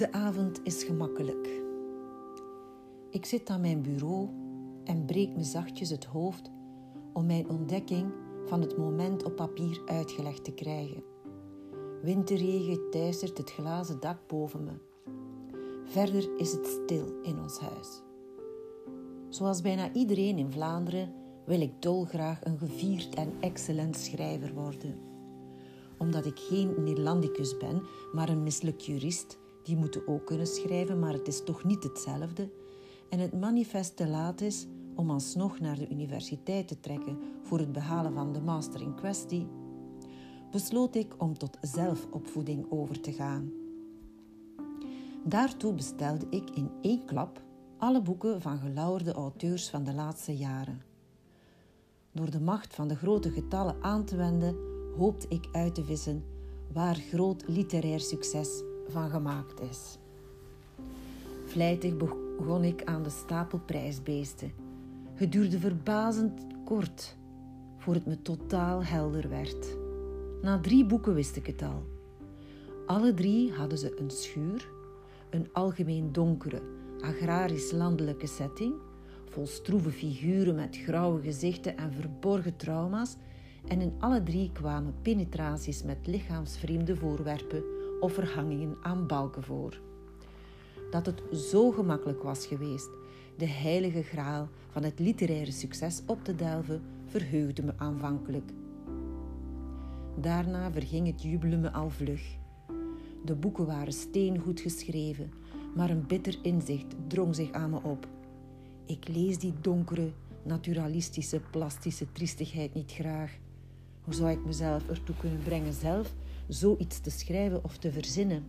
De avond is gemakkelijk. Ik zit aan mijn bureau en breek me zachtjes het hoofd om mijn ontdekking van het moment op papier uitgelegd te krijgen. Winterregen teistert het glazen dak boven me. Verder is het stil in ons huis. Zoals bijna iedereen in Vlaanderen wil ik dolgraag een gevierd en excellent schrijver worden. Omdat ik geen Neerlandicus ben, maar een mislukt jurist, die moeten ook kunnen schrijven, maar het is toch niet hetzelfde, en het manifest te laat is om alsnog naar de universiteit te trekken voor het behalen van de master in kwestie, besloot ik om tot zelfopvoeding over te gaan. Daartoe bestelde ik in 1 klap alle boeken van gelauwerde auteurs van de laatste jaren. Door de macht van de grote getallen aan te wenden, hoopte ik uit te vissen waar groot literair succes van gemaakt is. Vlijtig begon ik aan de stapel prijsbeesten. Het duurde verbazend kort, voor het me totaal helder werd. Na 3 boeken wist ik het al. Alle 3 hadden ze een schuur, een algemeen donkere, agrarisch-landelijke setting, vol stroeve figuren met grauwe gezichten en verborgen trauma's, en in alle 3 kwamen penetraties met lichaamsvreemde voorwerpen of verhangingen aan balken voor. Dat het zo gemakkelijk was geweest de heilige graal van het literaire succes op te delven, verheugde me aanvankelijk. Daarna verging het jubelen me al vlug. De boeken waren steengoed geschreven, maar een bitter inzicht drong zich aan me op. Ik lees die donkere, naturalistische, plastische triestigheid niet graag. Hoe zou ik mezelf ertoe kunnen brengen zelf zoiets te schrijven of te verzinnen?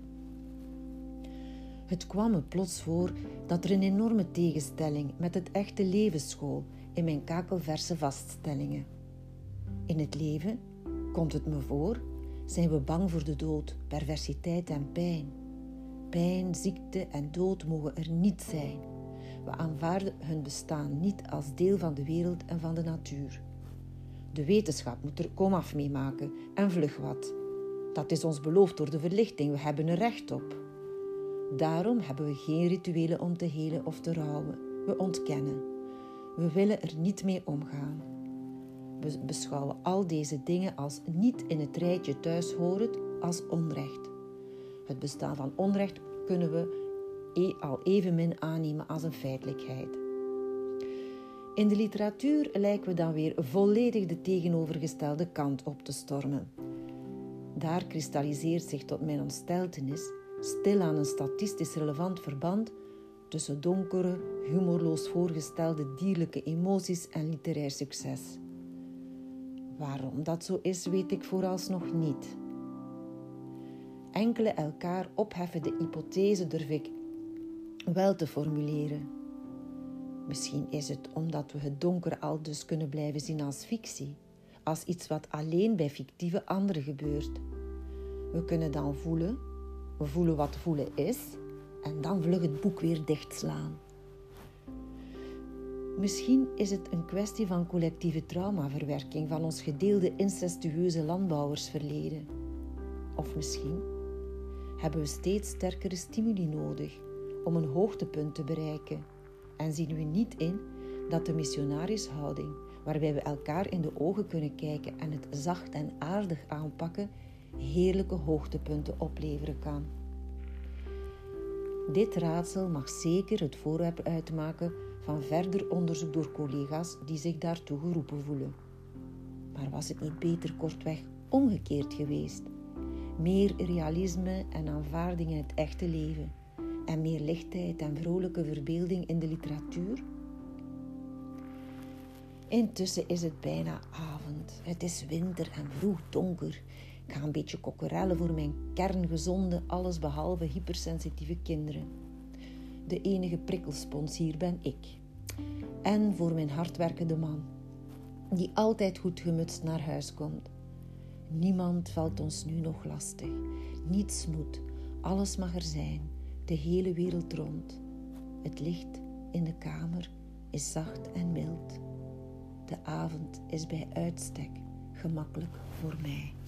Het kwam me plots voor dat er een enorme tegenstelling met het echte leven school in mijn kakelverse vaststellingen. In het leven, komt het me voor, zijn we bang voor de dood, perversiteit en pijn. Pijn, ziekte en dood mogen er niet zijn. We aanvaarden hun bestaan niet als deel van de wereld en van de natuur. De wetenschap moet er komaf mee maken en vlug wat. Dat is ons beloofd door de verlichting, we hebben er recht op. Daarom hebben we geen rituelen om te helen of te rouwen. We ontkennen. We willen er niet mee omgaan. We beschouwen al deze dingen als niet in het rijtje thuishorend, als onrecht. Het bestaan van onrecht kunnen we al evenmin aannemen als een feitelijkheid. In de literatuur lijken we dan weer volledig de tegenovergestelde kant op te stormen. Daar kristalliseert zich tot mijn ontsteltenis stilaan een statistisch relevant verband tussen donkere, humorloos voorgestelde dierlijke emoties en literair succes. Waarom dat zo is, weet ik vooralsnog niet. Enkele elkaar opheffende hypothese durf ik wel te formuleren. Misschien is het omdat we het donkere aldus kunnen blijven zien als fictie, als iets wat alleen bij fictieve anderen gebeurt. We kunnen dan voelen, we voelen wat voelen is, en dan vlug het boek weer dichtslaan. Misschien is het een kwestie van collectieve traumaverwerking van ons gedeelde incestueuze landbouwersverleden. Of misschien hebben we steeds sterkere stimuli nodig om een hoogtepunt te bereiken en zien we niet in dat de missionarishouding, waarbij we elkaar in de ogen kunnen kijken en het zacht en aardig aanpakken, heerlijke hoogtepunten opleveren kan. Dit raadsel mag zeker het voorwerp uitmaken van verder onderzoek door collega's die zich daartoe geroepen voelen. Maar was het niet beter kortweg omgekeerd geweest? Meer realisme en aanvaarding in het echte leven en meer lichtheid en vrolijke verbeelding in de literatuur? Intussen is het bijna avond. Het is winter en vroeg donker. Ik ga een beetje kokkerellen voor mijn kerngezonde, allesbehalve hypersensitieve kinderen. De enige prikkelspons hier ben ik. En voor mijn hardwerkende man, die altijd goed gemutst naar huis komt. Niemand valt ons nu nog lastig. Niets moet, alles mag er zijn, de hele wereld rond. Het licht in de kamer is zacht en mild. De avond is bij uitstek gemakkelijk voor mij.